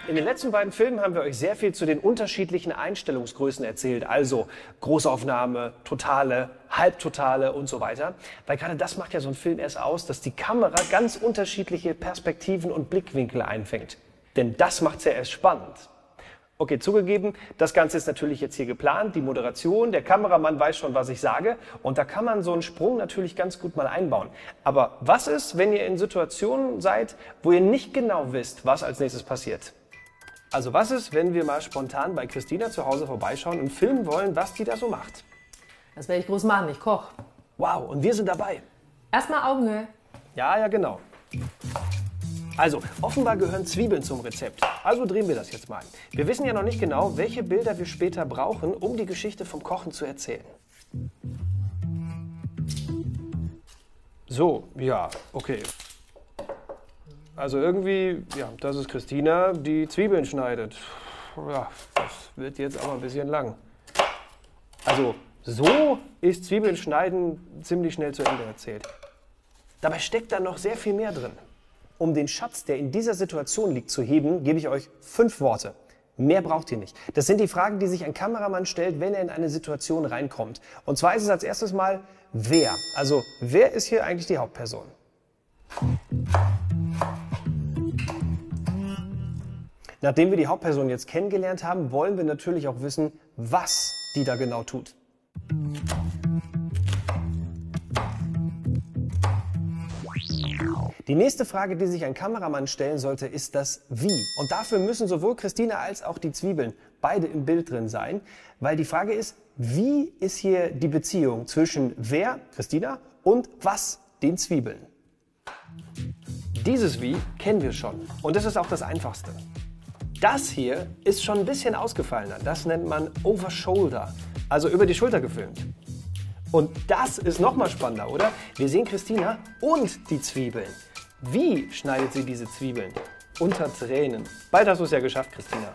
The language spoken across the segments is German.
In den letzten beiden Filmen haben wir euch sehr viel zu den unterschiedlichen Einstellungsgrößen erzählt, also Großaufnahme, Totale, Halbtotale und so weiter. Weil gerade das macht ja so ein Film erst aus, dass die Kamera ganz unterschiedliche Perspektiven und Blickwinkel einfängt. Denn das macht's ja erst spannend. Okay, zugegeben, das Ganze ist natürlich jetzt hier geplant, die Moderation, der Kameramann weiß schon, was ich sage und da kann man so einen Sprung natürlich ganz gut mal einbauen. Aber was ist, wenn ihr in Situationen seid, wo ihr nicht genau wisst, was als nächstes passiert? Also was ist, wenn wir mal spontan bei Christina zu Hause vorbeischauen und filmen wollen, was die da so macht? Das werde ich groß machen, ich koche. Wow, und wir sind dabei. Erstmal Augenhöhe. Ja, genau. Also, offenbar gehören Zwiebeln zum Rezept. Also drehen wir das jetzt mal. Wir wissen ja noch nicht genau, welche Bilder wir später brauchen, um die Geschichte vom Kochen zu erzählen. So, ja, okay. Also irgendwie, ja, das ist Christina, die Zwiebeln schneidet. Ja, das wird jetzt aber ein bisschen lang. Also, so ist Zwiebeln schneiden ziemlich schnell zu Ende erzählt. Dabei steckt da noch sehr viel mehr drin. Um den Schatz, der in dieser Situation liegt, zu heben, gebe ich euch 5 Worte. Mehr braucht ihr nicht. Das sind die Fragen, die sich ein Kameramann stellt, wenn er in eine Situation reinkommt. Und zwar ist es als erstes mal, wer? Also, wer ist hier eigentlich die Hauptperson? Nachdem wir die Hauptperson jetzt kennengelernt haben, wollen wir natürlich auch wissen, was die da genau tut. Die nächste Frage, die sich ein Kameramann stellen sollte, ist das Wie. Und dafür müssen sowohl Christina als auch die Zwiebeln beide im Bild drin sein, weil die Frage ist, wie ist hier die Beziehung zwischen wer, Christina, und was, den Zwiebeln. Dieses Wie kennen wir schon und das ist auch das Einfachste. Das hier ist schon ein bisschen ausgefallener, das nennt man over shoulder, also über die Schulter gefilmt. Und das ist noch mal spannender, oder? Wir sehen Christina und die Zwiebeln. Wie schneidet sie diese Zwiebeln? Unter Tränen. Bald hast du es ja geschafft, Christina.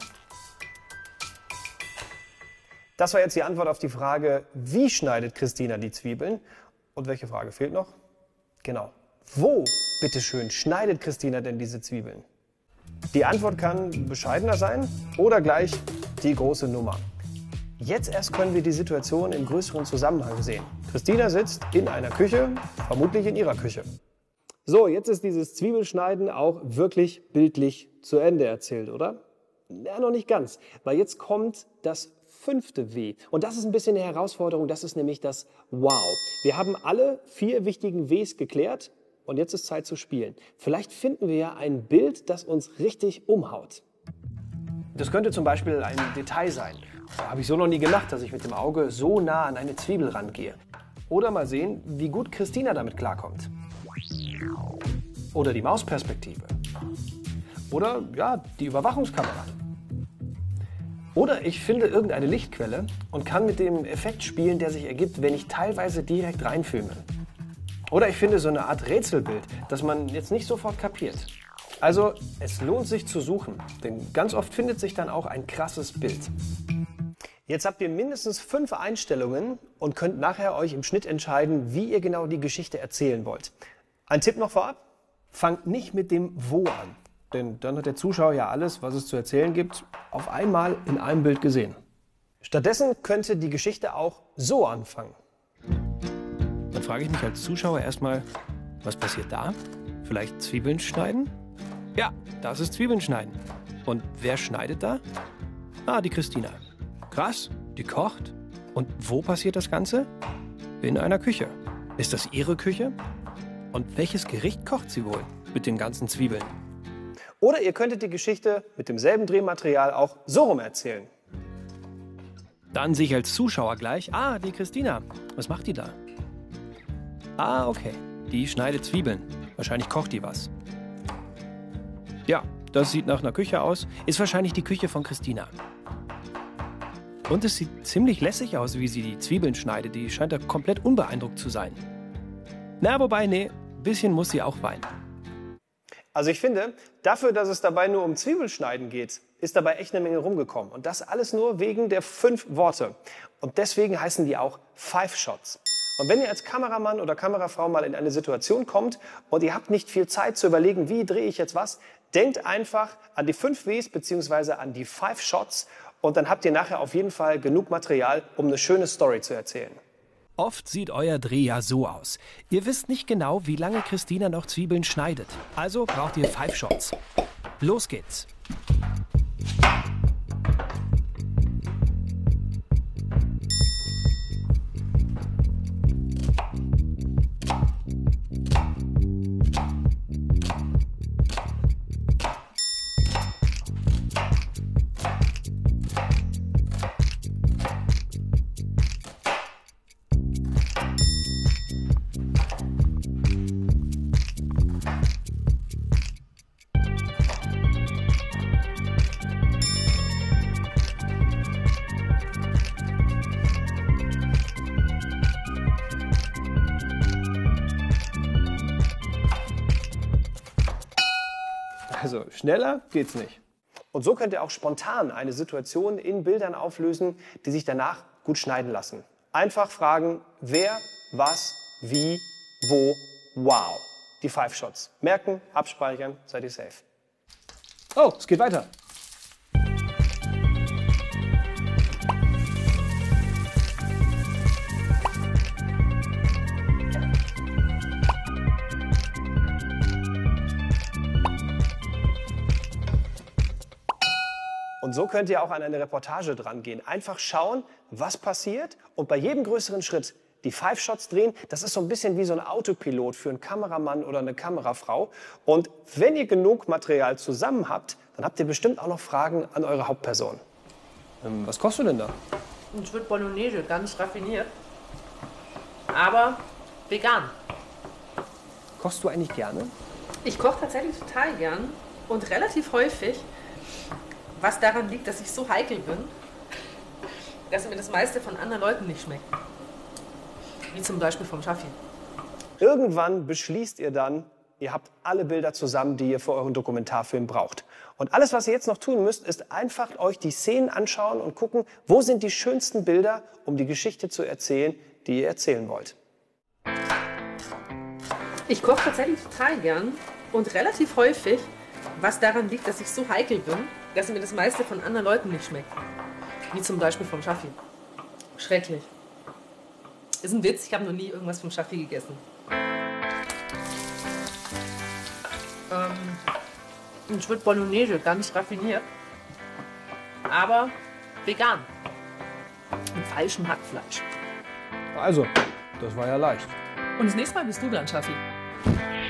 Das war jetzt die Antwort auf die Frage, wie schneidet Christina die Zwiebeln? Und welche Frage fehlt noch? Genau. Wo, bitteschön, schneidet Christina denn diese Zwiebeln? Die Antwort kann bescheidener sein oder gleich die große Nummer. Jetzt erst können wir die Situation im größeren Zusammenhang sehen. Christina sitzt in einer Küche, vermutlich in ihrer Küche. So, jetzt ist dieses Zwiebelschneiden auch wirklich bildlich zu Ende erzählt, oder? Ja, noch nicht ganz, weil jetzt kommt das 5. W. Und das ist ein bisschen eine Herausforderung, das ist nämlich das Wow. Wir haben alle 4 wichtigen Ws geklärt und jetzt ist Zeit zu spielen. Vielleicht finden wir ja ein Bild, das uns richtig umhaut. Das könnte zum Beispiel ein Detail sein. Da habe ich so noch nie gemacht, dass ich mit dem Auge so nah an eine Zwiebel rangehe. Oder mal sehen, wie gut Christina damit klarkommt. Oder die Mausperspektive. Oder ja, die Überwachungskamera. Oder ich finde irgendeine Lichtquelle und kann mit dem Effekt spielen, der sich ergibt, wenn ich teilweise direkt reinfilme. Oder ich finde so eine Art Rätselbild, das man jetzt nicht sofort kapiert. Also es lohnt sich zu suchen, denn ganz oft findet sich dann auch ein krasses Bild. Jetzt habt ihr mindestens 5 Einstellungen und könnt nachher euch im Schnitt entscheiden, wie ihr genau die Geschichte erzählen wollt. Ein Tipp noch vorab, fangt nicht mit dem Wo an, denn dann hat der Zuschauer ja alles, was es zu erzählen gibt, auf einmal in einem Bild gesehen. Stattdessen könnte die Geschichte auch so anfangen. Dann frage ich mich als Zuschauer erstmal, was passiert da? Vielleicht Zwiebeln schneiden? Ja, das ist Zwiebeln schneiden. Und wer schneidet da? Ah, die Christina. Krass, die kocht. Und wo passiert das Ganze? In einer Küche. Ist das ihre Küche? Und welches Gericht kocht sie wohl mit den ganzen Zwiebeln? Oder ihr könntet die Geschichte mit demselben Drehmaterial auch so rum erzählen. Dann sehe ich als Zuschauer gleich, ah, die Christina. Was macht die da? Ah, okay, die schneidet Zwiebeln. Wahrscheinlich kocht die was. Ja, das sieht nach einer Küche aus. Ist wahrscheinlich die Küche von Christina. Und es sieht ziemlich lässig aus, wie sie die Zwiebeln schneidet. Die scheint da komplett unbeeindruckt zu sein. Na, wobei, nee, ein bisschen muss sie auch weinen. Also ich finde, dafür, dass es dabei nur um Zwiebelschneiden geht, ist dabei echt eine Menge rumgekommen. Und das alles nur wegen der 5 Worte. Und deswegen heißen die auch 5 Shots. Und wenn ihr als Kameramann oder Kamerafrau mal in eine Situation kommt und ihr habt nicht viel Zeit zu überlegen, wie drehe ich jetzt was, Denkt einfach an die 5 Ws bzw. an die 5 Shots und dann habt ihr nachher auf jeden Fall genug Material, um eine schöne Story zu erzählen. Oft sieht euer Dreh ja so aus. Ihr wisst nicht genau, wie lange Christina noch Zwiebeln schneidet. Also braucht ihr 5 Shots. Los geht's. Also schneller geht's nicht. Und so könnt ihr auch spontan eine Situation in Bildern auflösen, die sich danach gut schneiden lassen. Einfach fragen, wer, was, wie, wo, wow. Die 5 Shots. Merken, abspeichern, seid ihr safe. Oh, es geht weiter. Und so könnt ihr auch an eine Reportage dran gehen. Einfach schauen, was passiert und bei jedem größeren Schritt die 5 Shots drehen. Das ist so ein bisschen wie so ein Autopilot für einen Kameramann oder eine Kamerafrau. Und wenn ihr genug Material zusammen habt, dann habt ihr bestimmt auch noch Fragen an eure Hauptperson. Was kochst du denn da? Es wird Bolognese, ganz raffiniert. Aber vegan. Kochst du eigentlich gerne? Ich koche tatsächlich total gern und relativ häufig. Was daran liegt, dass ich so heikel bin, dass mir das meiste von anderen Leuten nicht schmeckt. Wie zum Beispiel vom Schaffi. Irgendwann beschließt ihr dann, ihr habt alle Bilder zusammen, die ihr für euren Dokumentarfilm braucht. Und alles, was ihr jetzt noch tun müsst, ist einfach euch die Szenen anschauen und gucken, wo sind die schönsten Bilder, um die Geschichte zu erzählen, die ihr erzählen wollt. Ich koche tatsächlich total gern und relativ häufig, was daran liegt, dass ich so heikel bin, dass mir das meiste von anderen Leuten nicht schmeckt. Wie zum Beispiel vom Schaffi. Schrecklich. Ist ein Witz, ich habe noch nie irgendwas vom Schaffi gegessen. Es wird Bolognese, ganz raffiniert. Aber vegan. Mit falschem Hackfleisch. Also, das war ja leicht. Und das nächste Mal bist du dran, Schaffi.